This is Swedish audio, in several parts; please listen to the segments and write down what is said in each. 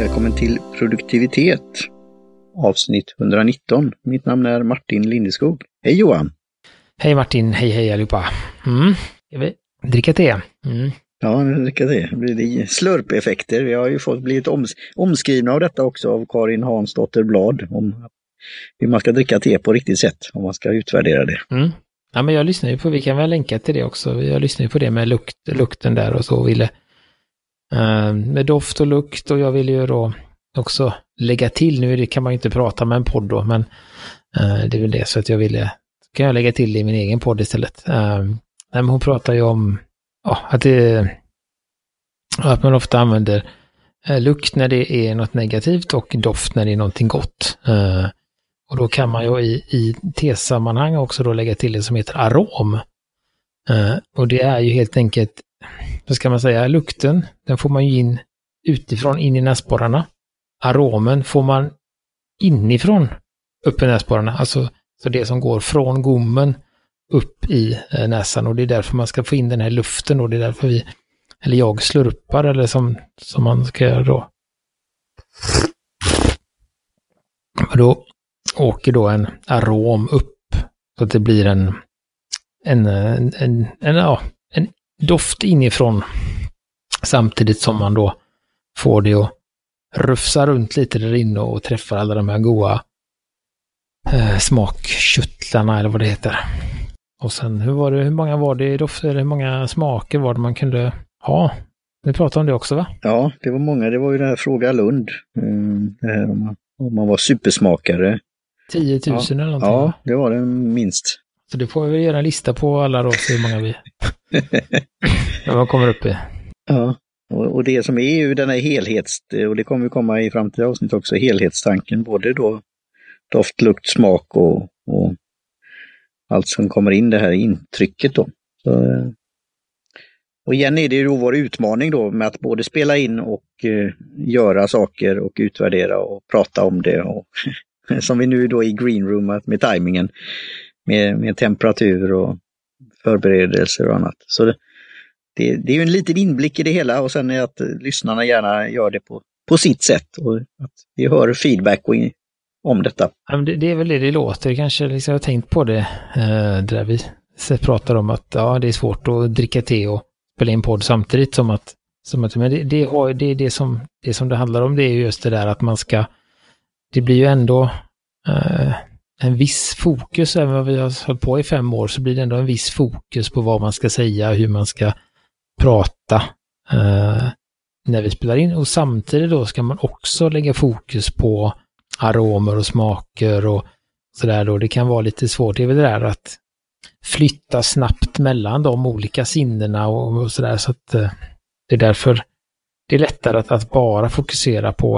Välkommen till Produktivitet, avsnitt 119. Mitt namn är Martin Lindeskog. Hej Johan! Hej Martin, hej allihopa. Jag vill dricka te. Ja, dricka te. Det blir slurpeffekter. Vi har ju fått blivit omskrivna av detta också av Karin Hansdotter Blad om hur man ska dricka te på riktigt sätt, om man ska utvärdera det. Ja, men jag lyssnar ju på, vi kan väl länka till det också. Jag lyssnar ju på det med lukten där och så ville med doft och lukt, och jag vill ju då också lägga till, nu kan man ju inte prata med en podd då, men det är väl det, så att kan jag lägga till det i min egen podd istället. Men hon pratar ju om att man ofta använder lukt när det är något negativt och doft när det är någonting gott. Och då kan man ju i tesammanhang också då lägga till det som heter arom. Och det är ju helt enkelt, vad ska man säga, lukten, den får man ju in utifrån in i näsborrarna. Aromen får man inifrån upp i näsborrarna, alltså så det som går från gommen upp i näsan, och det är därför man ska få in den här luften, och det är därför jag slurpar, eller som man ska göra då. Och då åker då en arom upp så att det blir en doft inifrån, samtidigt som man då får det att rufsa runt lite där inne och träffar alla de här goda smakköttlarna eller vad det heter. Och sen hur många var det i doft, eller hur många smaker var det man kunde ha? Vi pratade om det också, va? Ja, det var många. Det var ju den här Fråga Lund. Det här om man var supersmakare. 10 000 eller någonting. Ja, det var det minst. Så det får vi göra en lista på alla då, så hur många vi när man kommer upp i. Ja, och det som är ju den här och det kommer ju komma i framtida avsnitt också, helhetstanken, både då doft, lukt, smak och allt som kommer in, det här intrycket då. Och igen är det ju då vår utmaning då med att både spela in och göra saker och utvärdera och prata om det, och som vi nu då i green room med tajmingen, med temperatur och förberedelser och annat. Så det är ju en liten inblick i det hela, och sen är att lyssnarna gärna gör det på sitt sätt, och att vi hör feedback om detta. Det är väl det låter, kanske liksom, jag har tänkt på det där vi pratar om att det är svårt att dricka te och spela in podd samtidigt, men det som det handlar om, det är ju just det där att man ska, det blir ju ändå en viss fokus, även om vi har hållit på i 5 år, så blir det ändå en viss fokus på vad man ska säga, hur man ska prata när vi spelar in, och samtidigt då ska man också lägga fokus på aromer och smaker och sådär då. Det kan vara lite svårt, det är väl det där att flytta snabbt mellan de olika sinnena och sådär, så att det är därför det är lättare att bara fokusera på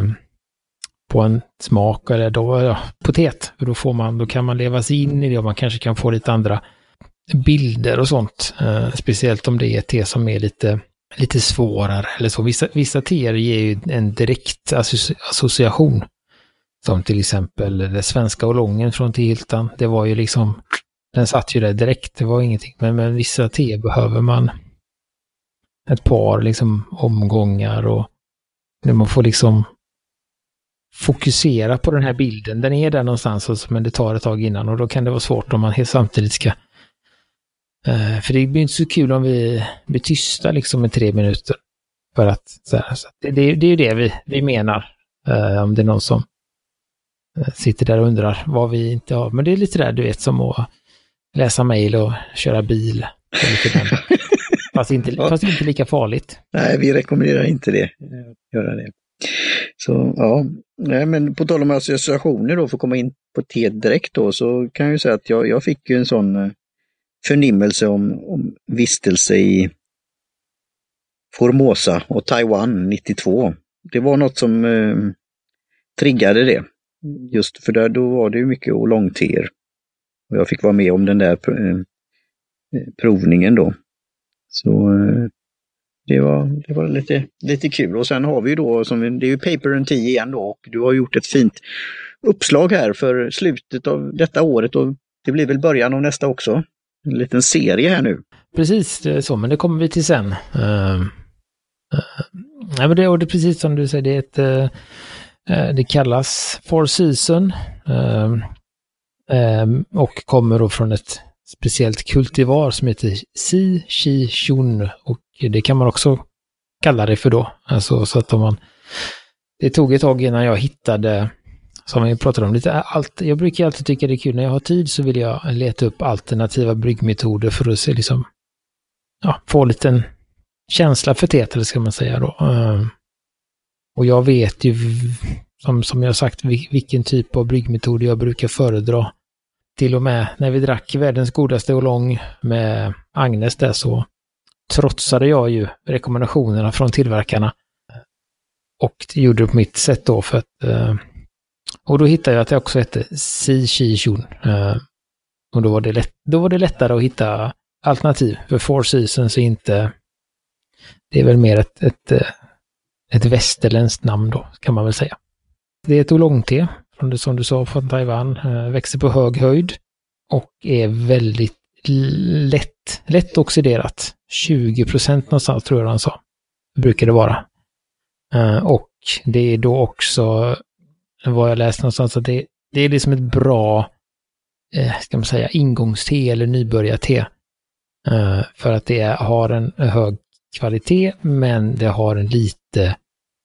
en smak, eller då potet, för då kan man leva sig in i det, och man kanske kan få lite andra bilder och sånt, speciellt om det är te som är lite svårare eller så. Vissa teer ger ju en direkt association, som till exempel det svenska olongen från Tehiltan. Det var ju liksom, den satt ju där direkt, det var ingenting, men vissa te behöver man ett par liksom omgångar, och när man får liksom fokusera på den här bilden. Den är där någonstans, men det tar ett tag innan, och då kan det vara svårt om man samtidigt ska för det blir inte så kul om vi blir tysta liksom i 3 minuter, för att så det är ju det vi menar, om det är någon som sitter där och undrar vad vi inte har, men det är lite där, du vet, som att läsa mejl och köra bil. Fast inte lika farligt. Nej, vi rekommenderar inte det. Göra det. Så ja, men på tal om associationer då, för att komma in på te direkt då, så kan jag ju säga att jag fick ju en sån förnimmelse om vistelse i Formosa och Taiwan 92. Det var något som triggade det. Just för då var det ju mycket oolongteer. Och jag fick vara med om den där provningen då. Så det var lite kul. Och sen har vi ju då, det är ju Paper and Tea igen då, och du har gjort ett fint uppslag här för slutet av detta året, och det blir väl början av nästa också. En liten serie här nu. Precis, det är så, men det kommer vi till sen. Ja, men det är precis som du säger, det är det kallas Four Seasons och kommer då från ett speciellt kultivar som heter Si Chi Chun, och det kan man också kalla det för då. Alltså så att det tog ett tag innan jag hittade, som vi pratade om lite, jag brukar alltid tycka det är kul, när jag har tid så vill jag leta upp alternativa bryggmetoder för att se liksom, få en liten känsla för teet, eller ska man säga då. Och jag vet ju, som jag sagt, vilken typ av bryggmetoder jag brukar föredra. Till och med när vi drack världens godaste oolong med Agnes där, så trotsade jag ju rekommendationerna från tillverkarna och gjorde det på mitt sätt då, för att och då hittade jag att det också hette Si Chi Chun. Och då var det lättare att hitta alternativ, för Four Seasons är inte, det är väl mer ett västerländskt namn då, kan man väl säga. Det är ett oolong-te, som du sa, från Taiwan, växer på hög höjd och är väldigt lätt oxiderat. 20% någonstans tror jag han sa, brukar det vara. Och det är då också, vad jag läst någonstans, att det är liksom ett bra, ska man säga, ingångste eller nybörjarte. För att det har en hög kvalitet, men det har en lite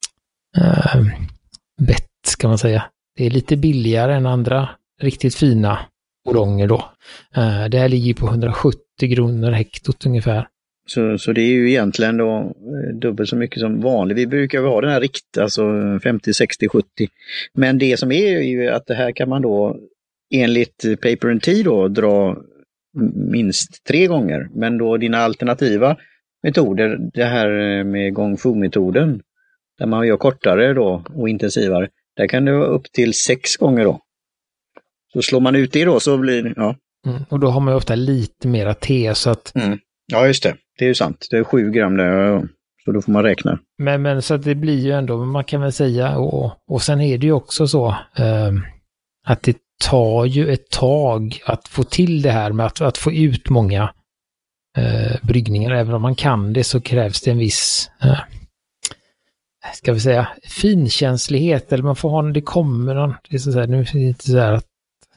bett, ska man säga. Det är lite billigare än andra riktigt fina oolonger då. Det här ligger på 170 kronor hektot ungefär. Så det är ju egentligen då dubbelt så mycket som vanligt. Vi brukar ha den här alltså 50, 60, 70. Men det som är ju att det här kan man då enligt Paper and Tea då dra minst 3 gånger. Men då dina alternativa metoder, det här med Gong Fu-metoden, där man gör kortare då och intensivare, där kan det vara upp till 6 gånger då. Så slår man ut det då så blir det, ja. Och då har man ju ofta lite mera te, så att... Ja, just det. Det är ju sant. Det är 7 gram där, så då får man räkna. Men så att det blir ju ändå, man kan väl säga, och sen är det ju också så att det tar ju ett tag att få till det här med att få ut många bryggningar. Även om man kan det så krävs det en viss, ska vi säga, finkänslighet, eller man får ha, det kommer någon, det är så här, nu är det inte så här att,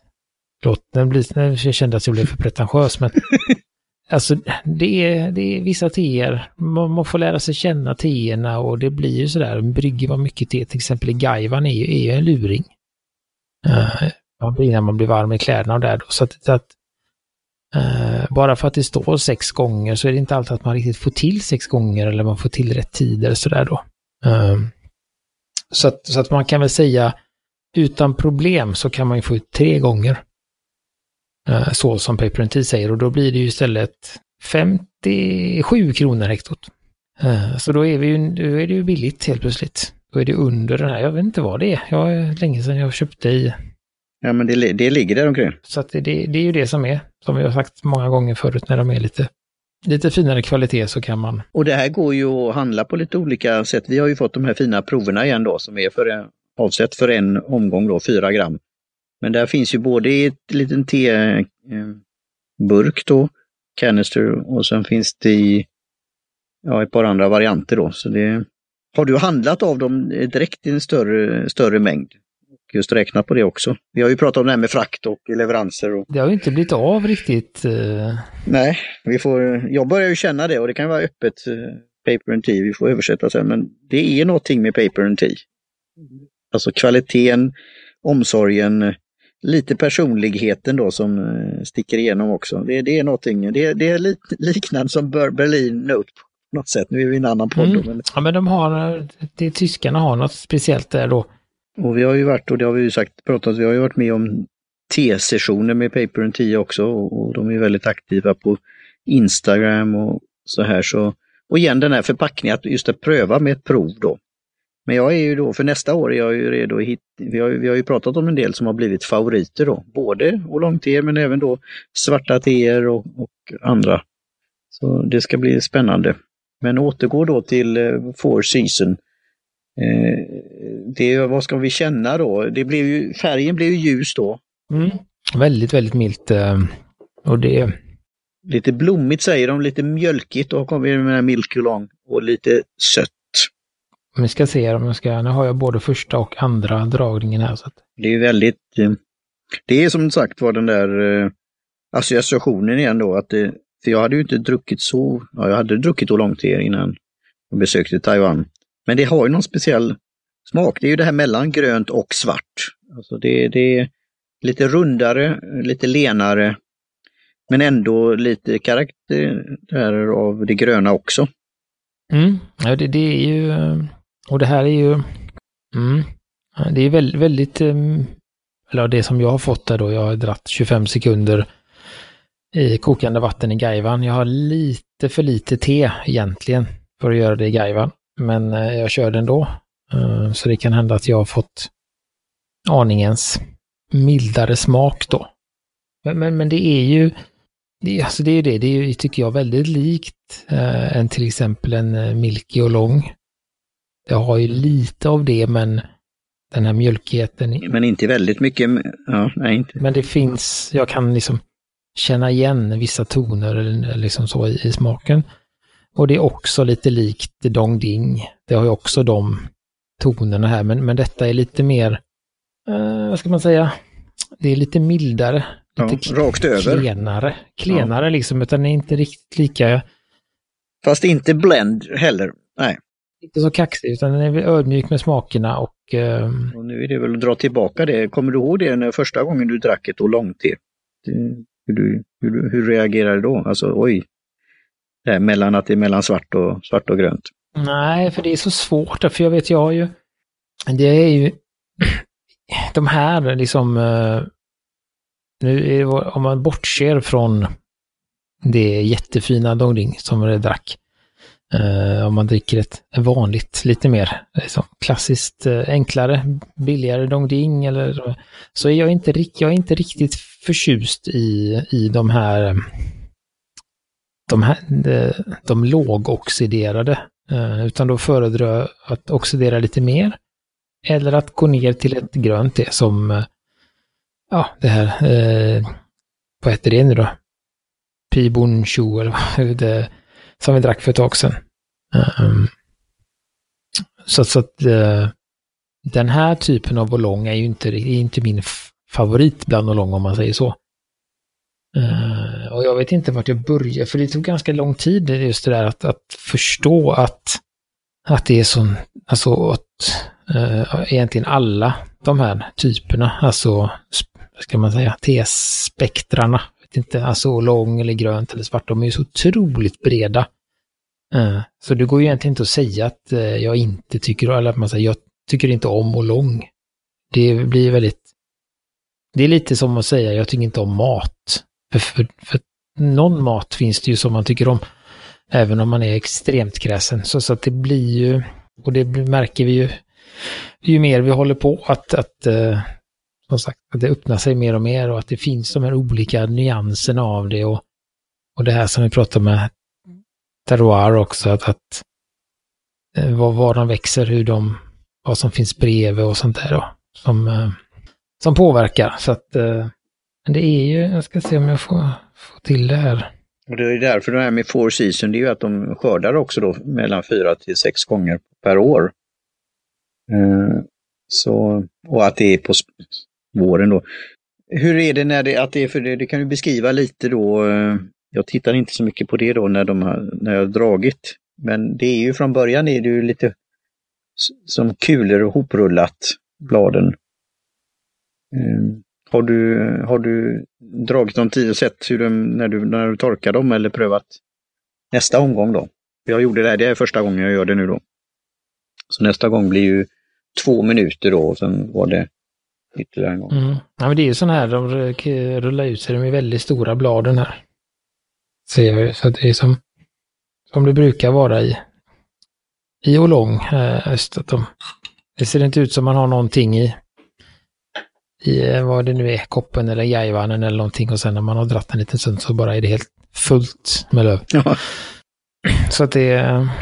jag kände att jag blev för pretentiös, men alltså det är vissa teer, man får lära sig känna teerna, och det blir ju sådär, brygger man mycket te, till exempel i Gaiwan är ju en luring. Innan man blir varm i kläderna och där då, så att bara för att det står 6 gånger så är det inte alltid att man riktigt får till 6 gånger, eller man får till rätt tider sådär då. Så att man kan väl säga utan problem så kan man ju få ut 3 gånger. Så som Paper and Tea säger, och då blir det ju istället 57 kronor hektot. Så då är det ju billigt helt plötsligt. Då är det under den här, jag vet inte vad det är. Jag är länge sedan jag köpte i. Ja, men det ligger där omkring. Så att det är ju det som är, som vi har sagt många gånger förut, när de är lite finare kvalitet så kan man. Och det här går ju att handla på lite olika sätt. Vi har ju fått de här fina proverna igen då, som är avsett för en omgång då, 4 gram. Men där finns ju både ett liten teburk då, canister, och sen finns det i ett par andra varianter då. Så det, har du handlat av dem direkt i en större mängd? Och just räknat på det också. Vi har ju pratat om det här med frakt och leveranser. Och... Det har ju inte blivit av riktigt. Nej, jag börjar ju känna det, och det kan vara öppet Paper and Tea, vi får översätta sen, men det är någonting med Paper and Tea. Alltså kvaliteten, omsorgen, lite personligheten då som sticker igenom också. Det är någonting, det är liknande som Berlin Note på något sätt. Nu är vi i en annan podd. Men... Ja, men tyskarna har något speciellt där då. Och vi har ju varit, och det har vi ju pratat, vi har ju varit med om te-sessioner med Paper and Tea också, och de är väldigt aktiva på Instagram och så här. Så, och igen den här förpackningen, att pröva med ett prov då. Men jag är ju då, för nästa år är jag ju redo att vi har ju pratat om en del som har blivit favoriter då. Både oolong-te, men även då svarta teer och andra. Så det ska bli spännande. Men återgå då till Four Seasons. Vad ska vi känna då? Färgen blev ju ljus då. Väldigt, väldigt milt. Och det... Lite blommigt säger de, lite mjölkigt, och kommer vi med milk oolong, och lite sött. Om vi ska se om nu har jag både första och andra dragningen här. Så att... Det är väldigt, det är som sagt var den där associationen igen då, att för jag hade ju inte druckit jag hade druckit oolong-te innan jag besökte Taiwan. Men det har ju någon speciell smak, det är ju det här mellan grönt och svart. Alltså det är lite rundare, lite lenare, men ändå lite karaktär av det gröna också. Ja, det är ju, och det här är ju, det är väldigt, eller det som jag har fått där då, jag har dratt 25 sekunder i kokande vatten i gaiwan. Jag har lite för lite te egentligen för att göra det i gaiwan, men jag kör det ändå. Så det kan hända att jag har fått aningens mildare smak då. Men det är ju, alltså det är ju, tycker jag, väldigt likt än till exempel en Milky Oolong. Det har ju lite av det, men den här mjölkigheten. Men inte väldigt mycket, ja, nej inte. Men det finns, jag kan liksom känna igen vissa toner eller liksom så i smaken. Och det är också lite likt Dong Ding. Det har ju också de tonerna här, men detta är lite mer, vad ska man säga, det är lite mildare. Lite rakt över. Klenare liksom, utan det är inte riktigt lika. Fast inte blend heller, nej. Inte så kaxig, utan den är ödmjuk med smakerna och nu är det väl att dra tillbaka det. Kommer du ihåg det när första gången du drack ett oolong-te? Hur reagerade du då? Alltså oj, det är mellan att det är mellan svart och grönt. Nej, för det är så svårt, för jag vet det är ju de här liksom nu är om man bortser från det jättefina Dong Ding som det drack, om man dricker ett vanligt lite mer liksom, klassiskt enklare, billigare Dong Ding eller så är jag är inte riktigt förtjust i de lågoxiderade, utan då föredrar jag att oxidera lite mer eller att gå ner till ett grönt te som det här vad heter det nu då? Pibun Chu eller det som vi drack för ett tag sedan. Så att den här typen av oolong är ju inte min favorit bland oolong, om man säger så. Och jag vet inte vart jag börjar, för det tog ganska lång tid just det där att förstå att det är sån, alltså att egentligen alla de här typerna, alltså ska man säga, T-spektrarna, vet inte, alltså oolong eller grönt eller svart, de är ju så otroligt breda. Så det går ju egentligen inte att säga att jag inte tycker, eller att man säger jag tycker inte om oolong. Det blir väldigt, det är lite som att säga jag tycker inte om mat. För någon mat finns det ju som man tycker om, även om man är extremt kräsen. Så att det blir ju, och det märker vi ju mer vi håller på att som sagt, att det öppnar sig mer och mer, och att det finns de här olika nyanserna av det, och det här som vi pratar med terroir också, att var de växer, vad som finns bredvid och sånt där då, som påverkar. Så att det är ju, jag ska se om jag får till det här. Och det är därför det här med Four Seasons, det är ju att de skördar också då mellan 4 till 6 gånger per år. Så, och att det är på våren då. Hur är det när för det kan du beskriva lite då. Jag tittar inte så mycket på det då när jag har dragit. Men det är ju från början är det ju lite som kulor och hoprullat, bladen. Har du dragit någon tid och sett hur när du torkar dem, eller prövat nästa omgång då? Jag gjorde det är första gången jag gör det nu då. Så nästa gång blir ju 2 minuter då, och sen var det ytterligare en gång. Ja, men det är ju sån här, de rullar ut sig, de är väldigt stora bladen här. Ser jag, så det är som det brukar vara i oolong. Det ser inte ut som man har någonting i vad det nu är, koppen eller gaiwanen eller någonting, och sen när man har dratt en liten stund så bara är det helt fullt med löv. Ja. Så att det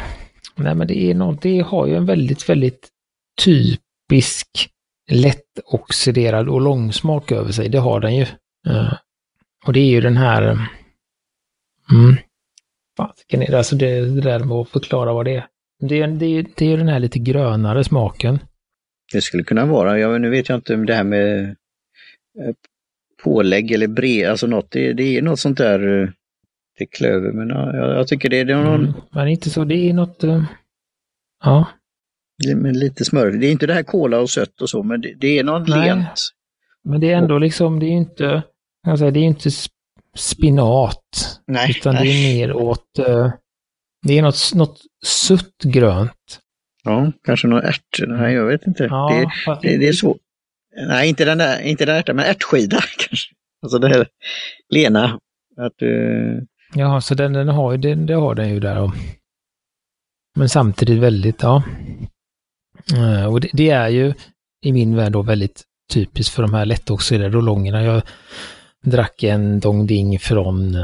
har ju en väldigt, väldigt typisk lätt oxiderad oolong-smak över sig. Det har den ju. Och det är ju den här alltså det där med att förklara vad det är. Det är ju den här lite grönare smaken. Det skulle kunna vara, nu vet jag inte om det här med pålägg eller bre, alltså något, det är något sånt där, det klöver, men jag tycker det är någon... men inte så, det är något, ja. Men lite smör, det är inte det här kola och sött och så, men det är någon lent. Men det är ändå liksom, det är inte, alltså, det är inte spinat. Nej, utan det är mer åt, det är något sutt grönt. Ja, kanske någon nej jag vet inte. Ja, det är så. Nej, inte den ärtan, men ärtskida kanske. Alltså det här lena. Ja, så den har ju, det har den ju där. Men samtidigt väldigt, ja. Och det är ju i min värld då väldigt typiskt för de här lättoxiderade rolongerna. Jag drack en Dong Ding från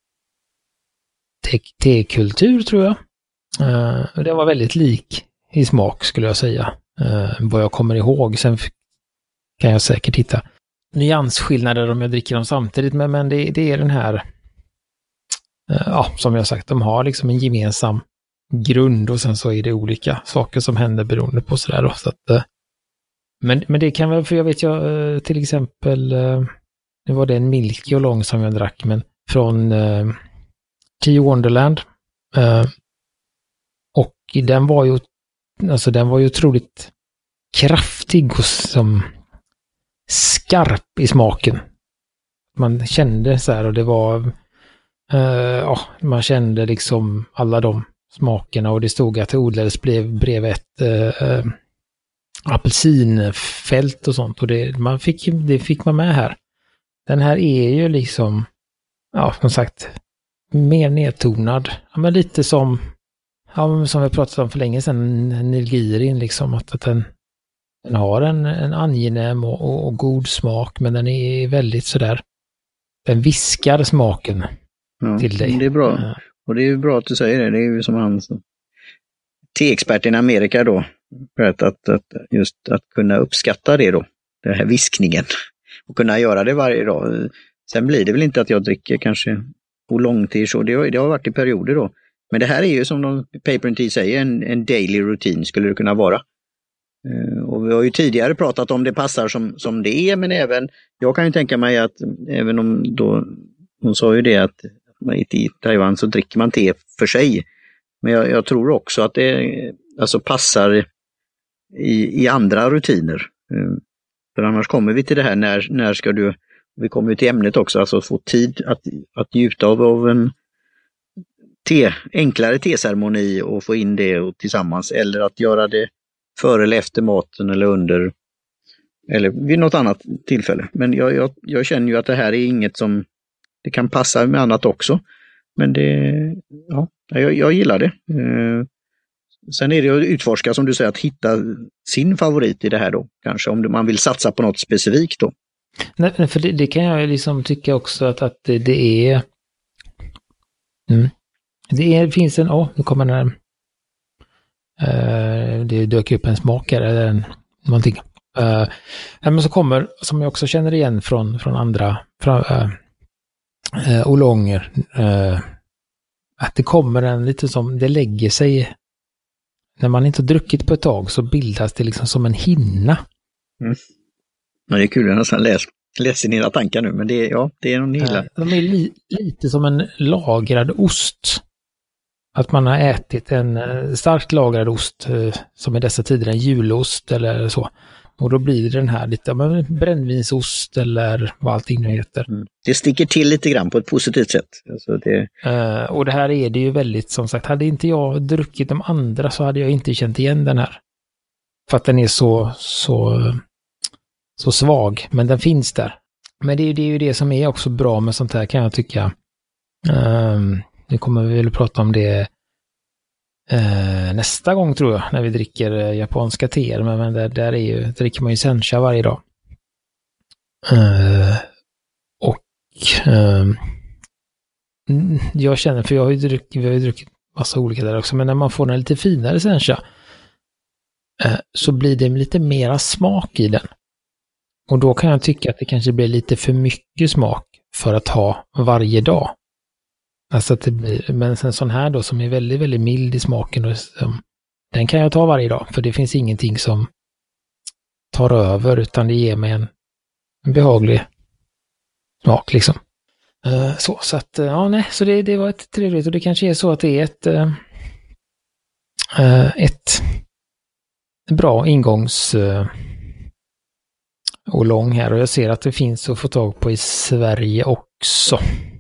tekultur tror jag. Det var väldigt lik i smak skulle jag säga. Vad jag kommer ihåg. Sen kan jag säkert hitta nyansskillnader om jag dricker dem samtidigt. Men det är den här, ja, som jag sagt, de har liksom en gemensam grund och sen så är det olika saker som händer beroende på sådär då. Så att, men det kan väl, för jag vet jag till exempel, nu var det en Milky och lång som jag drack, men från Tea Wonderland. Och den var ju otroligt kraftig och som skarp i smaken. Man kände så här, och det var man kände liksom alla de smakerna, och det stod att det odlades bredvid ett apelsinfält och sånt, och det fick man med här. Den här är ju liksom, ja, som sagt, mer nedtonad. Ja, men lite som vi pratat om för länge sedan, Nilgirin, liksom, att den har en angenäm och god smak, men den är väldigt sådär, den viskar smaken till dig. Det är bra. Och det är ju bra att du säger det. Det är ju som han, teexperten i Amerika då, att kunna uppskatta det då, den här viskningen, och kunna göra det varje dag. Sen blir det väl inte att jag dricker kanske på långtid så, det har varit i perioder då. Men det här är ju som Paper & Tea säger, en daily routine skulle det kunna vara. Och vi har ju tidigare pratat om det passar som det är, men även, jag kan ju tänka mig att även om då, hon sa ju det att i Taiwan så dricker man te för sig. Men jag tror också att det alltså passar i andra rutiner. För annars kommer vi till det här, när ska du, vi kommer ju till ämnet också, alltså få tid att njuta av en enklare teceremoni och få in det och tillsammans, eller att göra det före eller efter maten eller under, eller vid något annat tillfälle. Men jag känner ju att det här är inget som, det kan passa med annat också. Men jag gillar det. Sen är det att utforska, som du säger, att hitta sin favorit i det här då. Kanske om man vill satsa på något specifikt då. Nej, för det kan jag liksom tycka också att det är... Det finns en... nu kommer den här... det dök upp en smakare eller någonting. Men så kommer, som jag också känner igen från andra olonger, att det kommer en lite som, det lägger sig när man inte har druckit på ett tag, så bildas det liksom som en hinna. Ja, det är kul, jag nästan läser dina tankar nu, men det är någon hinna. De är lite som en lagrad ost. Att man har ätit en starkt lagrad ost, som i dessa tider en julost eller så. Och då blir det den här lite brännvinsost eller vad allting nu heter. Det sticker till lite grann på ett positivt sätt. Alltså och det här är det ju väldigt, som sagt, hade inte jag druckit de andra så hade jag inte känt igen den här. För att den är så svag, men den finns där. Men det är ju det som är också bra med sånt här, kan jag tycka. Nu kommer vi väl prata om det nästa gång, tror jag, när vi dricker japanska teer, men där dricker man ju sencha varje dag. Jag känner, för vi har ju druckit massa olika där också, men när man får en lite finare sencha så blir det lite mera smak i den. Och då kan jag tycka att det kanske blir lite för mycket smak för att ha varje dag. Alltså att det blir, men en sån här då som är väldigt, väldigt mild i smaken och den kan jag ta varje dag, för det finns ingenting som tar över, utan det ger mig en behaglig smak liksom. Så att, så det var ett trevligt, och det kanske är så att det är ett bra ingångs och lång här, och jag ser att det finns att få tag på i Sverige också.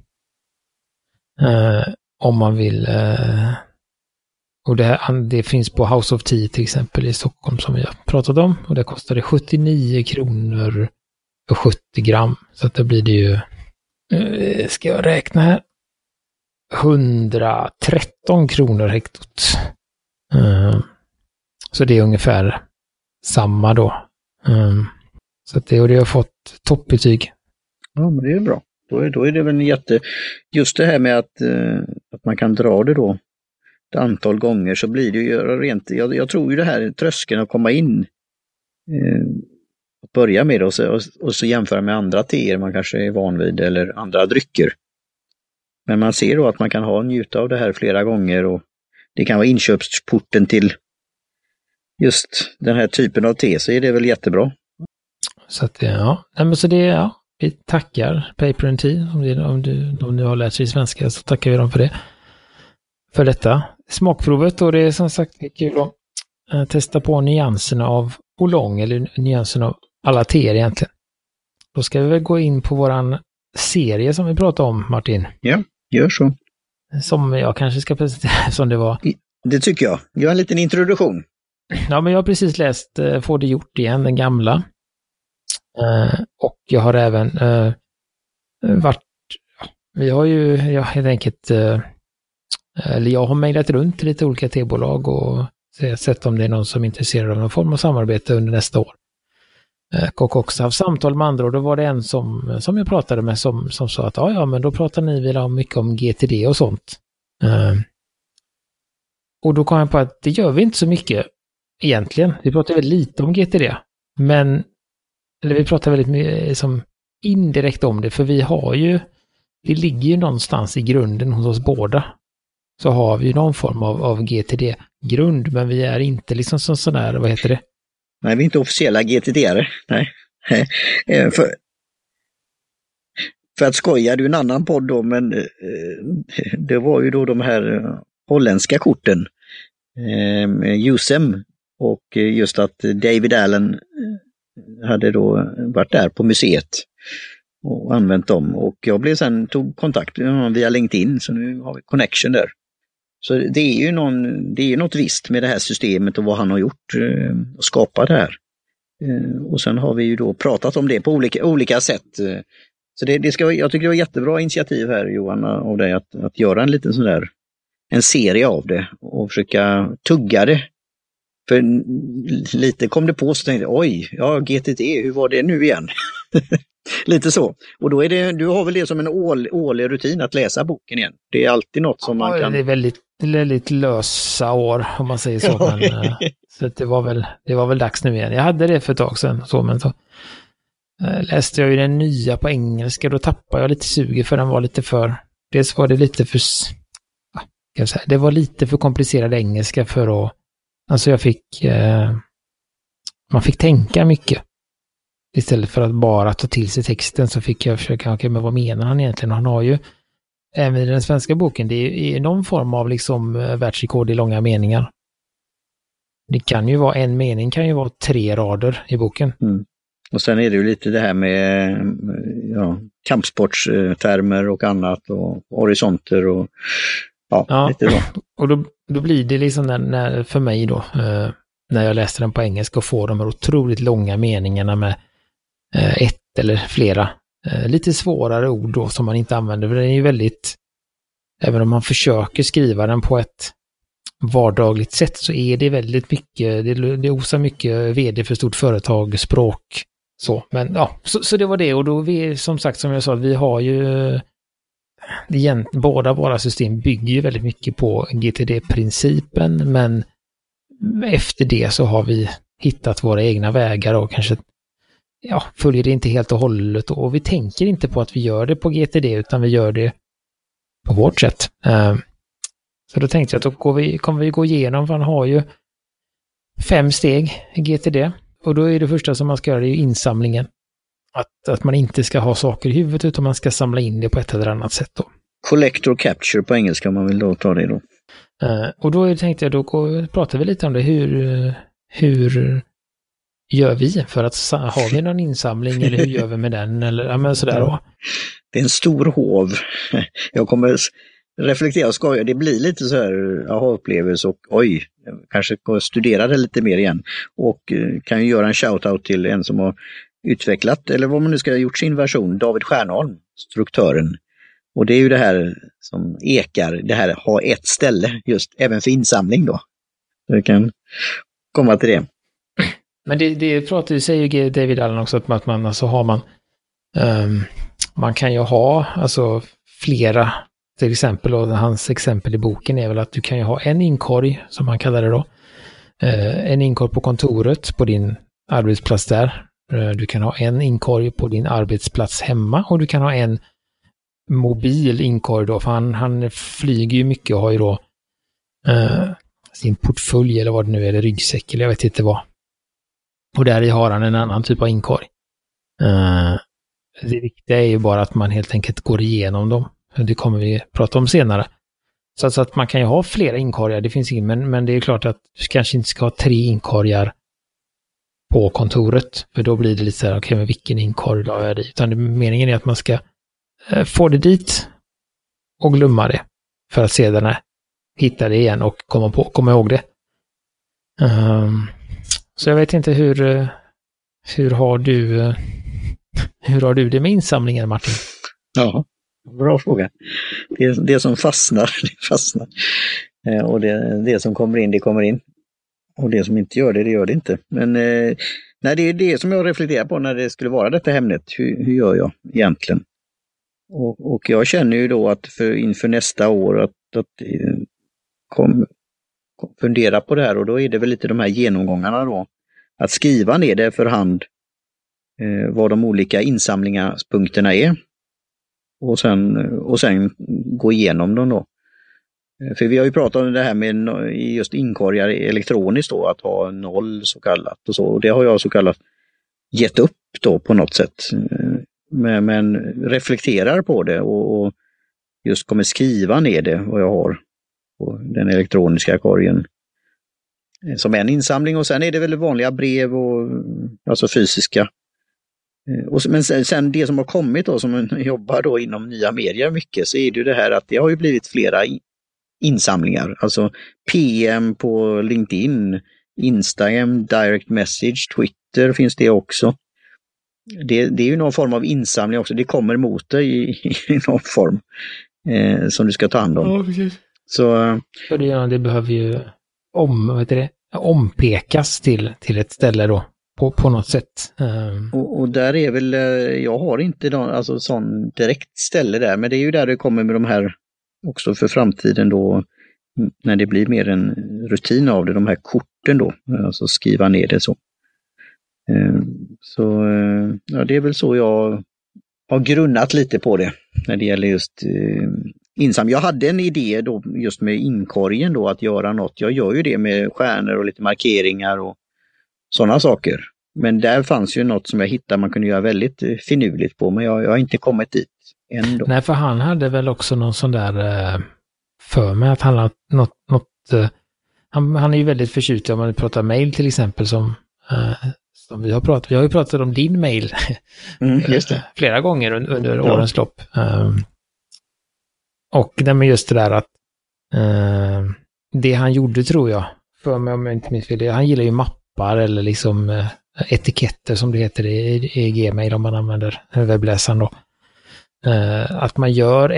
Om man vill. Och det finns på House of Tea till exempel i Stockholm, som vi har pratat om, och det kostade 79 kronor för 70 gram. Så att det blir det ju, ska jag räkna här, 113 kronor hektot. Så det är ungefär samma då. Så att det har fått toppbetyg. Ja, men det är bra. Då är det väl just det här med att man kan dra det då ett antal gånger, så blir det ju rent, jag tror ju det här tröskeln att komma in och börja med det och så jämföra med andra teer man kanske är van vid, eller andra drycker. Men man ser då att man kan njuta av det här flera gånger, och det kan vara inköpsporten till just den här typen av te, så är det väl jättebra. Så att vi tackar Paper and Tea, om du har lärt sig svenska, så tackar vi dem för detta smakprovet. Och det är som sagt kul att testa på nyanserna av Oolong, eller nyanserna av alla teer egentligen. Då ska vi väl gå in på våran serie som vi pratade om, Martin. Ja, gör så. Som jag kanske ska presentera som det var. Det tycker jag. Gör en liten introduktion. Ja, men jag har precis läst Få det gjort igen, den gamla. Och jag har även jag helt enkelt jag har mejlat runt till lite olika tebolag och sett om det är någon som är intresserad av någon form av samarbete under nästa år. Och också haft samtal med andra, och då var det en som jag pratade med som sa att ja, men då pratar ni väl om mycket om GTD och sånt. Och då kom jag på att det gör vi inte så mycket egentligen. Vi pratar väldigt lite om GTD, eller vi pratar väldigt mycket som indirekt om det, för det ligger ju någonstans i grunden hos oss båda. Så har vi ju någon form av GTD-grund, men vi är inte liksom sån där, vad heter det? Nej, vi är inte officiella GTD-are. Nej. För att skoja, det är en annan podd då, men det var ju då de här holländska korten, USEM, och just att David Allen hade då varit där på museet och använt dem, och jag tog kontakt via LinkedIn, så nu har vi connection där. Så det är ju något visst med det här systemet och vad han har gjort och skapat det här. Och sen har vi ju då pratat om det på olika sätt. Så jag tycker det var jättebra initiativ här, Johan, av dig att göra en liten sån där, en serie av det och försöka tugga det. För lite kom det på, så tänkte jag, oj, ja, GTD, hur var det nu igen? Lite så. Och då du har väl det som en årlig rutin att läsa boken igen. Det är alltid något som man kan... Det är väldigt lösa år, om man säger så. Men, så det var väl dags nu igen. Jag hade det för ett tag sedan, men så läste jag ju den nya på engelska, då tappade jag lite suget, för den var lite för... Dels var det lite för... det var lite för komplicerad engelska för att... Alltså man fick tänka mycket. Istället för att bara ta till sig texten, så fick jag försöka, men vad menar han egentligen? Han har ju, även i den svenska boken, det är någon form av liksom världsrekord i långa meningar. Det kan ju vara en mening, kan ju vara 3 rader i boken. Mm. Och sen är det ju lite det här med kampsportstermer och annat, och horisonter och lite så. Och då blir det liksom när för mig då, när jag läste den på engelska och får de här otroligt långa meningarna med ett eller flera lite svårare ord då som man inte använder. För den är ju väldigt, även om man försöker skriva den på ett vardagligt sätt, så är det väldigt mycket, det osar mycket vd för stort företag, språk, så. Men så det var det, och då som sagt, som jag sa, vi har ju båda våra system bygger ju väldigt mycket på GTD-principen, men efter det så har vi hittat våra egna vägar och kanske följer det inte helt och hållet, och vi tänker inte på att vi gör det på GTD, utan vi gör det på vårt sätt. Så då tänkte jag att då kommer vi gå igenom, för han har ju 5 steg i GTD. Och då är det första som man ska göra, det är ju insamlingen. Att man inte ska ha saker i huvudet utan man ska samla in det på ett eller annat sätt då. Collect or capture på engelska, om man vill då ta det då. Och då tänkte jag, då pratar vi lite om det. Hur gör vi för att har vi någon insamling eller hur gör vi med den eller ja, men sådär då. Det är en stor hov. Jag kommer reflektera och skoja. Det blir lite så här aha-upplevelse och oj, jag kanske ska studera det lite mer igen. Och kan ju göra en shoutout till en som har utvecklat, eller vad man nu ska ha gjort sin version, David Stjärnholm, struktören. Och det är ju det här som ekar, det här ha ett ställe just även för insamling då. Vi kan komma till det. Men det säger ju David Allen också att man alltså har man kan ju ha alltså flera, till exempel, och hans exempel i boken är väl att du kan ju ha en inkorg som man kallar det då. En inkorg på kontoret på din arbetsplats där. Du kan ha en inkorg på din arbetsplats hemma och du kan ha en mobil inkorg då, för han flyger ju mycket och har ju då sin portfölj eller vad det nu är, eller ryggsäck eller jag vet inte vad. Och där i har han en annan typ av inkorg. Det viktiga är ju bara att man helt enkelt går igenom dem. Det kommer vi prata om senare. Så att man kan ju ha flera inkorgar, det finns ingen, men det är klart att du kanske inte ska ha 3 inkorgar på kontoret, för då blir det lite så här, okej, men vilken inkorg la jag dit? Utan meningen är att man ska få det dit och glömma det för att sedan hitta det igen och komma ihåg det. Så jag vet inte hur har du det med insamlingen, Martin? Ja, bra fråga. Det som fastnar, det fastnar. Och det som kommer in, det kommer in. Och det som inte gör det, det gör det inte. Men nej, det är det som jag reflekterar på när det skulle vara detta ämnet. Hur gör jag egentligen? Och jag känner ju då att inför nästa år att fundera på det här, och då är det väl lite de här genomgångarna då. Att skriva ner det för hand vad de olika insamlingspunkterna är. Och sen gå igenom dem då. För vi har ju pratat om det här med just inkorgar elektroniskt då, att ha 0 så kallat och så. Och det har jag så kallat gett upp då på något sätt. Men reflekterar på det och just kommer skriva ner det vad jag har på den elektroniska korgen som en insamling. Och sen är det väl vanliga brev och alltså fysiska. Men sen det som har kommit då, som jobbar då inom nya medier mycket, så är det ju det här att det har ju blivit flera insamlingar. Alltså PM på LinkedIn, Instagram, direct message, Twitter finns det också. Det är ju någon form av insamling också. Det kommer mot dig i någon form som du ska ta hand om. Ja, precis. Så det behöver ju ompekas till ett ställe då på något sätt. Och där är väl, jag har inte alltså sån direkt ställe där, men det är ju där det kommer med de här också för framtiden då, när det blir mer en rutin av det, de här korten då, alltså skriva ner det så. Så ja, det är väl så jag har grunnat lite på det när det gäller just insamling. Jag hade en idé då just med inkorgen då, att göra något. Jag gör ju det med stjärnor och lite markeringar och sådana saker. Men där fanns ju något som jag hittade man kunde göra väldigt finurligt på, men jag har inte kommit dit ändå. Nej, för han hade väl också någon sån där för mig att han har han är ju väldigt förtjust om man pratar mail till exempel som vi har pratat. Vi har ju pratat om din mail just det. Flera gånger under årens lopp. Och det med just det där att det han gjorde, tror jag, för mig om jag inte minns fel, han gillar ju mappar eller liksom etiketter som det heter i Gmail om man använder webbläsaren då. Att man gör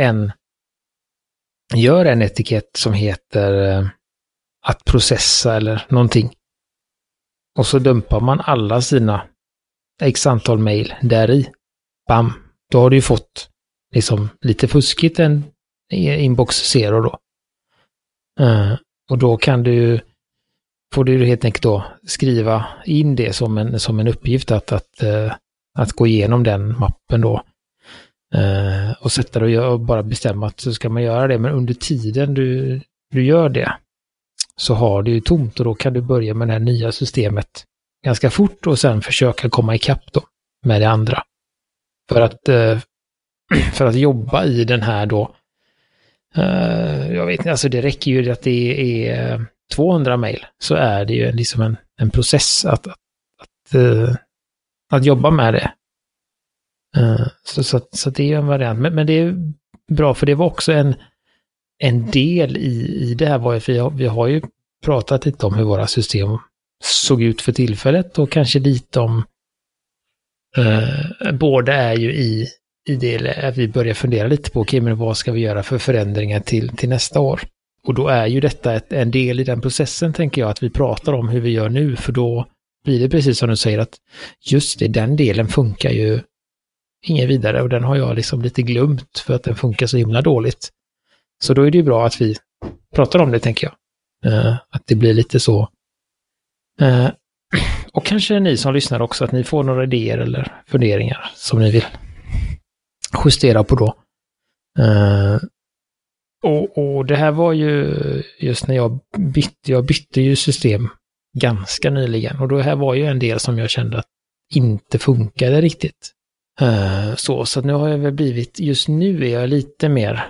en etikett som heter att processa eller någonting. Och så dumpar man alla sina x antal mejl där i. Bam! Då har du ju fått liksom lite fuskigt en inbox zero då. Och då får du helt enkelt då skriva in det som en uppgift att gå igenom den mappen då. Och sätta det och bara bestämma att så ska man göra det. Men under tiden du gör det så har du ju tomt och då kan du börja med det här nya systemet ganska fort och sen försöka komma ikapp då med det andra. För att jobba i den här då, jag vet inte, alltså det räcker ju att det är 200 mejl, så är det ju liksom en process att jobba med det. Så det är ju en variant. Men det är bra, för det var också en del i det här var för vi har ju pratat lite om hur våra system såg ut för tillfället och kanske lite om båda är ju i det att vi börjar fundera lite på okej, men vad ska vi göra för förändringar till nästa år? Och då är ju detta en del i den processen, tänker jag, att vi pratar om hur vi gör nu, för då blir det precis som du säger att just det, den delen funkar ju ingen vidare och den har jag liksom lite glömt för att den funkar så himla dåligt. Så då är det ju bra att vi pratar om det, tänker jag. Att det blir lite så. Och kanske ni som lyssnar också, att ni får några idéer eller funderingar som ni vill justera på då. Och det här var ju just när jag bytte ju system ganska nyligen. Och då här var ju en del som jag kände att inte funkade riktigt. Så att nu har jag väl blivit, just nu är jag lite mer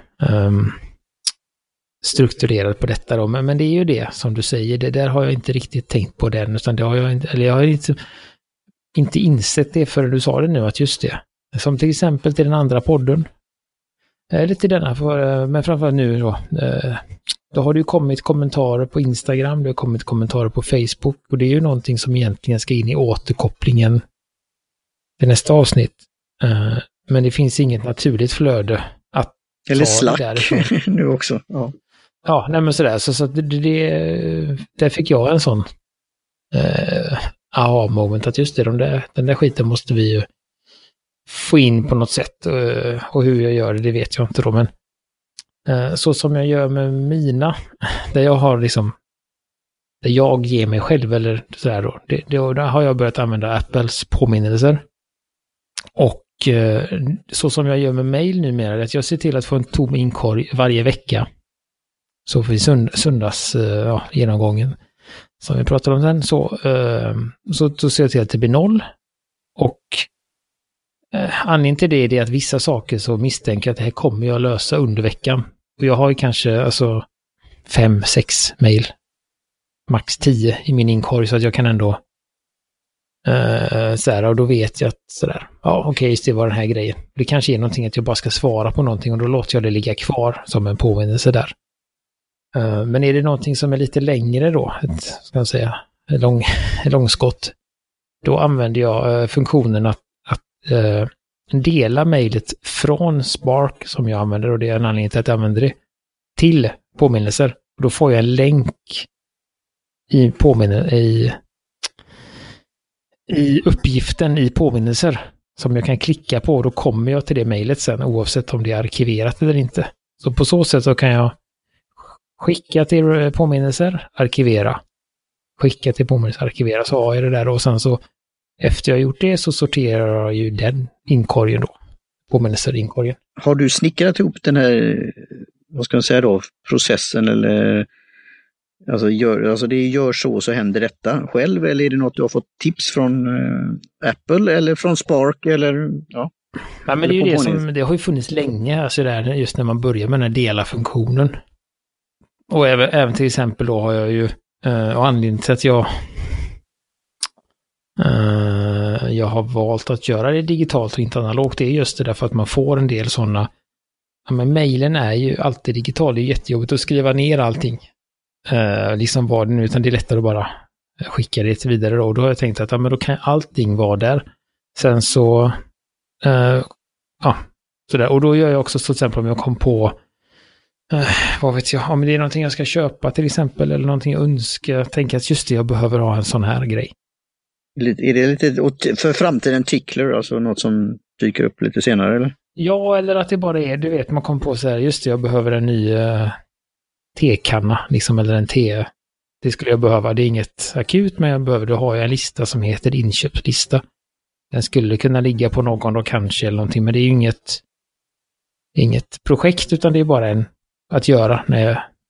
strukturerad på detta då. Men det är ju det som du säger, det där har jag inte riktigt tänkt på den, utan det har jag inte, eller jag har inte insett det förrän du sa det nu, att just det. Som till exempel till den andra podden. Eller till denna, men framförallt nu då har det ju kommit kommentarer på Instagram, det har kommit kommentarer på Facebook, och det är ju någonting som egentligen ska in i återkopplingen till nästa avsnitt. Men det finns inget naturligt flöde att eller ta Slack det därifrån. nu också. Ja, nej men sådär. Så där fick jag en sån aha-moment att just det, den där skiten måste vi ju få in på något sätt. Och hur jag gör det vet jag inte då, men så som jag gör med mina, där jag har liksom, där jag ger mig själv eller sådär då, där har jag börjat använda Apples påminnelser. Och så som jag gör med mail numera, är att jag ser till att få en tom inkorg varje vecka. Så för söndags genomgången som vi pratar om sen, så ser jag till att det blir 0. Och anledningen till det är det att vissa saker så misstänker jag att det här kommer jag lösa under veckan. Och jag har ju kanske 5-6 mejl, max 10 i min inkorg, så att jag kan ändå sådär, och då vet jag att sådär, ja okej, just det var den här grejen. Det kanske är någonting att jag bara ska svara på någonting och då låter jag det ligga kvar som en påminnelse där. Men är det någonting som är lite längre då, ska jag säga, långskott, då använder jag funktionen att dela mejlet från Spark som jag använder, och det är en anledning till att jag använder det, till påminnelser. Då får jag en länk i uppgiften i påminnelser som jag kan klicka på, och då kommer jag till det mejlet sen oavsett om det är arkiverat eller inte. Så på så sätt så kan jag skicka till påminnelser, arkivera. Skicka till påminnelser, arkivera, så har jag det där, och sen så efter jag gjort det så sorterar jag ju den inkorgen då. Påminnelser inkorgen. Har du snickrat ihop den här, vad ska man säga då, processen eller alltså det gör så händer detta själv, eller är det något du har fått tips från Apple eller från Spark eller ja? Ja, men det är ju det som, det har ju funnits länge, alltså där, just när man börjar med den här dela-funktionen. Och även till exempel då har jag ju och anledningen till att jag har valt att göra det digitalt och inte analogt, det är just det därför att man får en del sådana, ja, men mejlen är ju alltid digital, det är jättejobbigt att skriva ner allting. Liksom vad det nu, utan det är lättare att bara skicka det vidare då. Och då har jag tänkt att ja, men då kan allting vara där. Sen så sådär. Och då gör jag också till exempel om jag kom på vad vet jag, om det är någonting jag ska köpa till exempel, eller någonting jag önskar, tänka att just det, jag behöver ha en sån här grej. Är det lite för framtiden tickler, alltså något som dyker upp lite senare eller? Ja, eller att det bara är, du vet, man kom på så här, just det, jag behöver en ny tekanna, liksom, eller en te. Det skulle jag behöva, det är inget akut, men jag behöver, då har jag en lista som heter inköpslista. Den skulle kunna ligga på någon då kanske eller någonting, men det är ju inget projekt, utan det är bara att göra när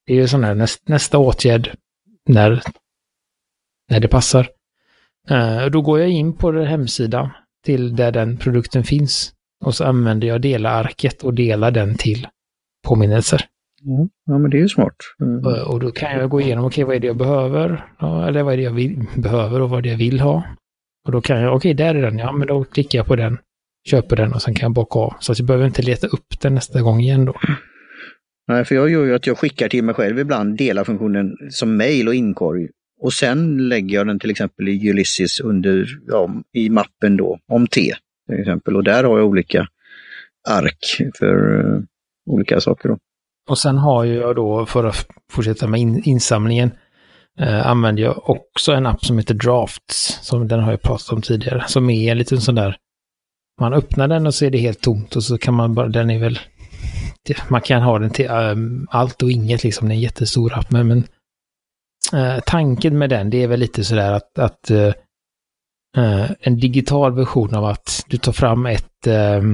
det är ju sån här nästa åtgärd när det passar. Då går jag in på hemsidan till där den produkten finns. Och så använder jag dela-arket och delar den till påminnelser. Ja, men det är ju smart. Och då kan jag gå igenom, vad är det jag behöver? Ja, eller vad är det jag behöver och vad det jag vill ha? Och då kan jag, där är den. Ja, men då klickar jag på den, köper den och sen kan jag bocka av. Så att jag behöver inte leta upp den nästa gång igen då. Nej, för jag gör ju att jag skickar till mig själv ibland dela-funktionen som mail och inkorg. Och sen lägger jag den till exempel i Ulysses i mappen då, om T till exempel. Och där har jag olika ark för olika saker då. Och sen har jag då, för att fortsätta med insamlingen, använder jag också en app som heter Drafts, som den har jag pratat om tidigare, som är en liten sån där, man öppnar den och så är det helt tomt och så kan man bara, den är väl, man kan ha den till allt och inget liksom, det är en jättestor app, men tanken med den, det är väl lite sådär att en digital version av att du tar fram ett,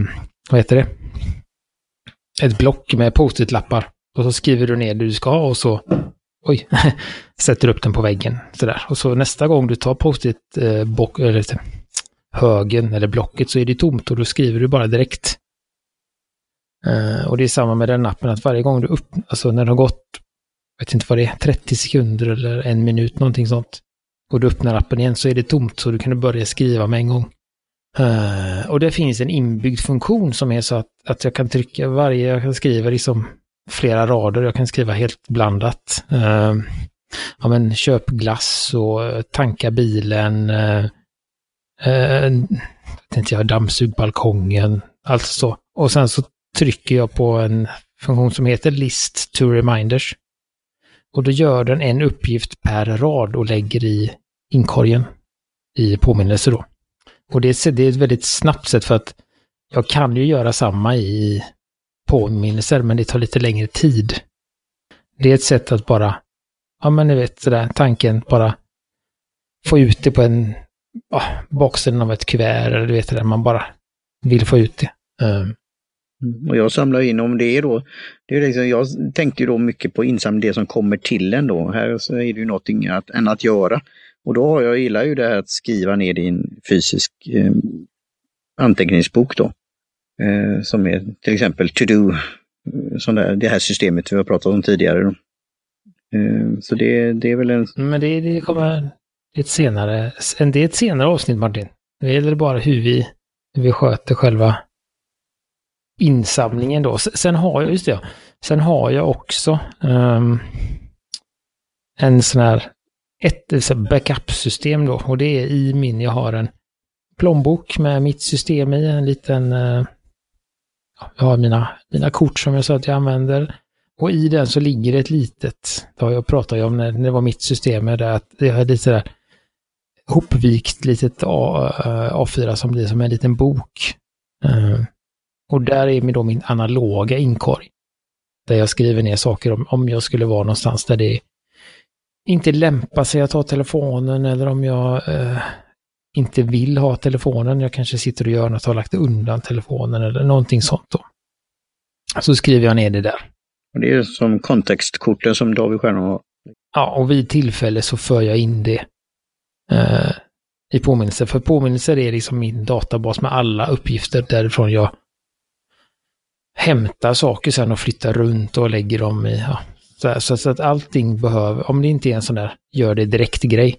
ett block med post-it-lappar och så skriver du ner det du ska och så sätter upp den på väggen sådär. Och så nästa gång du tar post-it högen eller blocket så är det tomt och då skriver du bara direkt. Och det är samma med den appen, att varje gång du alltså när det har gått, jag vet inte vad det är, 30 sekunder eller 1 minut, någonting sånt, och du öppnar appen igen så är det tomt, så du kan börja skriva med en gång. Och det finns en inbyggd funktion som är så att jag kan trycka jag kan skriva liksom flera rader, jag kan skriva helt blandat. Men köp glass och tanka bilen, dammsug balkongen, alltså så. Och sen så trycker jag på en funktion som heter List to Reminders. Och då gör den en uppgift per rad och lägger i inkorgen i påminnelser då. Och det är ett väldigt snabbt sätt, för att jag kan ju göra samma i påminnelser, men det tar lite längre tid. Det är ett sätt att bara, ni vet sådär, tanken, bara få ut det på en baksidan av ett kuvert, eller du vet det, man bara vill få ut det. Och jag samlar in om det då, det är liksom, jag tänkte ju då mycket på insamling, det som kommer till en då. Här så är det ju någonting än att göra. Och då jag gillar ju det här att skriva ner det i en fysisk anteckningsbok då. Som är till exempel To-Do, det här systemet vi har pratat om tidigare då. Så det är väl en... Men det kommer ett senare avsnitt, Martin. Det gäller bara hur vi sköter själva insamlingen då. Sen har jag också en sån här ett backup-system då, och det är jag har en plånbok med mitt system i, en liten jag har mina kort som jag sa att jag använder, och i den så ligger ett litet, jag pratade om när det var mitt system, där att jag har lite där hopvikt litet A4 som blir som en liten bok. Och där är då min analoga inkorg. Där jag skriver ner saker om jag skulle vara någonstans där det inte lämpar sig att ta telefonen, eller om jag inte vill ha telefonen. Jag kanske sitter och gör något och har lagt undan telefonen eller någonting sånt då. Så skriver jag ner det där. Och det är som kontextkorten som David Stjärnholm har. Ja, och vid tillfälle så för jag in det i påminnelser. För påminnelser är liksom min databas med alla uppgifter därifrån jag hämtar saker sen och flyttar runt och lägger dem i. Ja, så att allting behöver, om det inte är en sån där gör det direkt grej,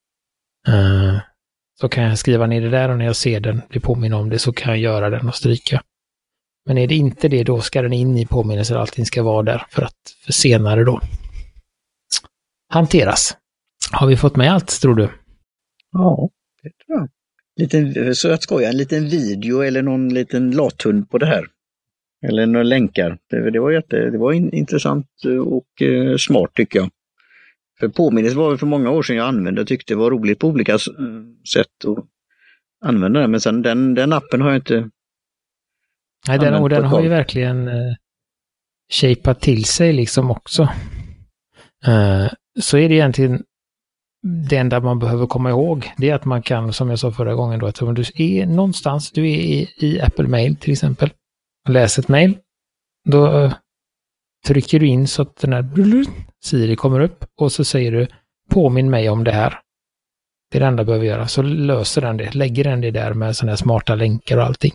så kan jag skriva ner det där, och när jag ser den, blir påminna om det, så kan jag göra den och stryka. Men är det inte det, då ska den in i påminnelser, allting ska vara där för senare då hanteras. Har vi fått med allt, tror du? Ja, det tror jag. Så att skoja, en liten video eller någon liten lathund på det här. Eller några länkar. Det var intressant och smart tycker jag. För påminnelse var det för många år sedan jag använde och tyckte det var roligt på olika sätt att använda det. Men sen den appen har jag inte... Nej, den har ju verkligen shapat till sig liksom också. Så är det egentligen det enda man behöver komma ihåg. Det är att man kan, som jag sa förra gången då, att om du är någonstans, du är i Apple Mail till exempel, och läser ett mail, då trycker du in så att den här Siri kommer upp och så säger du påminn mig om det här. Det är det enda du behöver göra. Så löser den det. Lägger den det där med sådana här smarta länkar och allting.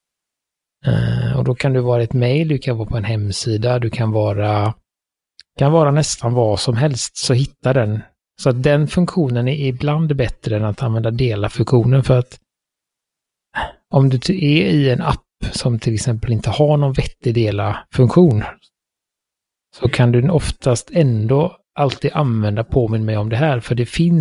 Och då kan du vara ett mejl, du kan vara på en hemsida, du kan vara nästan vad som helst, så hitta den. Så att den funktionen är ibland bättre än att använda dela-funktionen, för att om du är i en app som till exempel inte har någon vettig dela-funktion, så kan du oftast ändå alltid använda påminn mig om det här, för det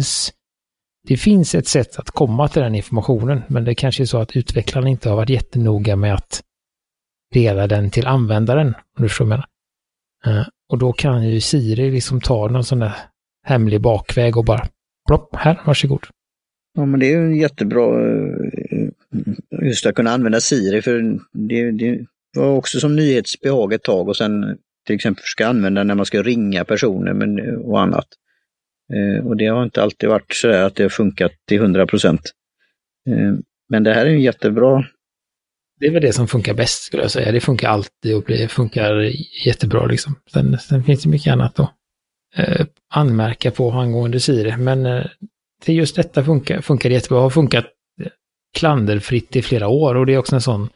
finns ett sätt att komma till den informationen, men det kanske är så att utvecklaren inte har varit jättenoga med att dela den till användaren, om du förstår vad jag menar. Och då kan ju Siri liksom ta någon sån där hemlig bakväg och bara plopp, här, varsågod. Ja, men det är ju jättebra just att kunna använda Siri, för det var också som nyhetsbehag ett tag, och sen till exempel ska använda när man ska ringa personer och annat. Och det har inte alltid varit så att det har funkat till 100%. Men det här är ju jättebra. Det är väl det som funkar bäst, skulle jag säga. Det funkar alltid och det funkar jättebra liksom. Sen finns det mycket annat att anmärka på angående Siri. Men till just detta funkar jättebra. Har funkat klanderfritt i flera år, och det är också en sån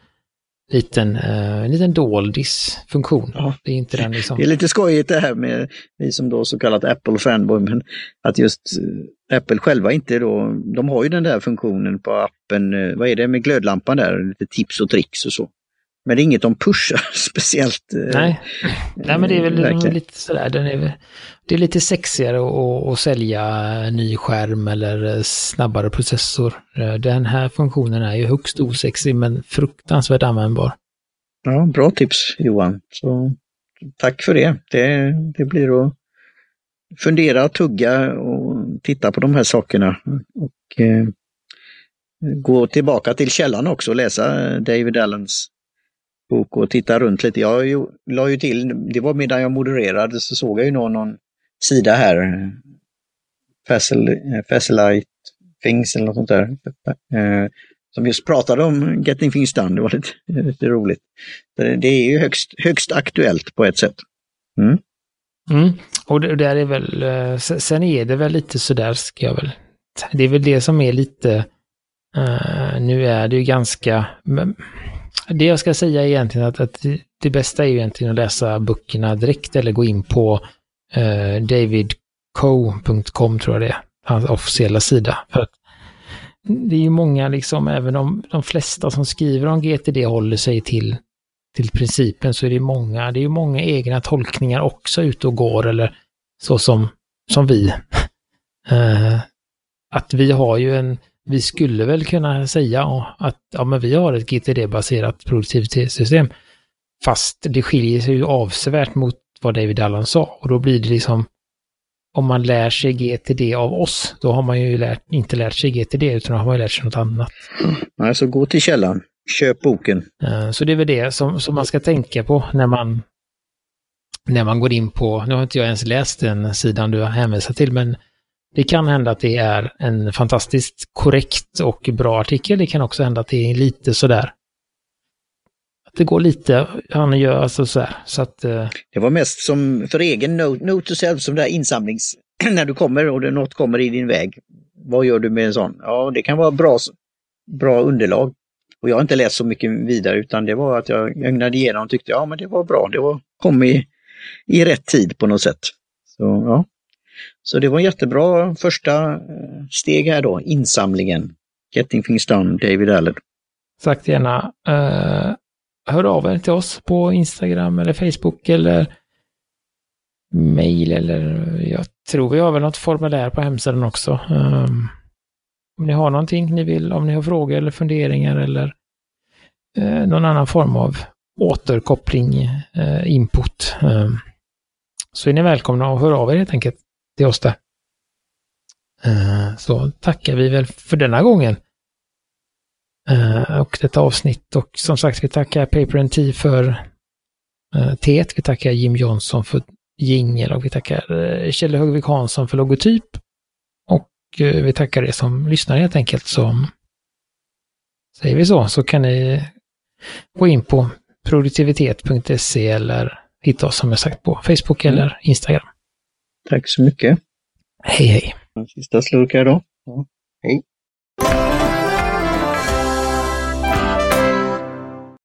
liten doldis-funktion. Ja. Det är inte den liksom. Det är lite skojigt det här med vi som då så kallat Apple-fanboy, men att just Apple själva inte då, de har ju den där funktionen på appen, vad är det med glödlampan där, lite tips och tricks och så. Men det är inget de pushar speciellt. Nej, men det är väl lite sådär, det är lite sexigare att sälja ny skärm eller snabbare processor. Den här funktionen är ju högst osexig men fruktansvärt användbar. Ja, bra tips Johan. Så tack för det. Det blir att fundera, tugga och titta på de här sakerna. Och gå tillbaka till källan också och läsa David Allens bok och titta runt lite. Jag la ju till, det var medan jag modererade, så såg jag ju någon sida här, Facilite Things eller något sånt där, som just pratade om Getting Things Done. Det var lite roligt. Det är ju högst aktuellt på ett sätt. Och det där är väl, sen är det väl lite sådär, ska jag väl, det är väl det som är lite, nu är det ju ganska, det jag ska säga är egentligen att det bästa är ju egentligen att läsa böckerna direkt eller gå in på davidco.com, tror jag det är, hans officiella sida. För att det är ju många liksom, även om de flesta som skriver om GTD håller sig till principen, så är det är ju många egna tolkningar också ute och går, eller så som vi. Att vi har ju vi skulle väl kunna säga att men vi har ett GTD-baserat produktivitetssystem, fast det skiljer sig ju avsevärt mot vad David Allen sa, och då blir det liksom, om man lär sig GTD av oss, då har man ju inte lärt sig GTD, utan då har man ju lärt sig något annat. Alltså gå till källan, köp boken. Så det är väl det som man ska tänka på när man går in på, nu har inte jag ens läst den sidan du har hänvisat till, men det kan hända att det är en fantastiskt korrekt och bra artikel. Det kan också hända att det är lite sådär, att det går lite, han gör alltså sådär. Så att, det var mest som för egen note to self, som där insamlings, när du kommer och något kommer i din väg. Vad gör du med en sån? Ja, det kan vara bra underlag. Och jag har inte läst så mycket vidare, utan det var att jag ägnade igenom och tyckte, men det var bra. Kom i rätt tid på något sätt. Så ja. Så det var en jättebra första steg här då, insamlingen. Getting Things Done, David Allen. Sagt gärna, hör av er till oss på Instagram eller Facebook eller mail, eller jag tror vi har väl något formulär på hemsidan också. Om ni har någonting ni vill, om ni har frågor eller funderingar eller någon annan form av återkoppling, input, så är ni välkomna att höra av er helt enkelt till oss där. Så tackar vi väl för denna gången och detta avsnitt, och som sagt vi tackar Paper and Tea för teet, vi tackar Jim Johnson för jingle, och vi tackar Kjell Högvik Hansson för logotyp, och vi tackar er som lyssnar helt enkelt. Så säger vi så kan ni gå in på produktivitet.se eller hitta oss som jag sagt på Facebook eller Instagram. Tack så mycket. Hej hej. Sista slurkar då. Ja. Hej.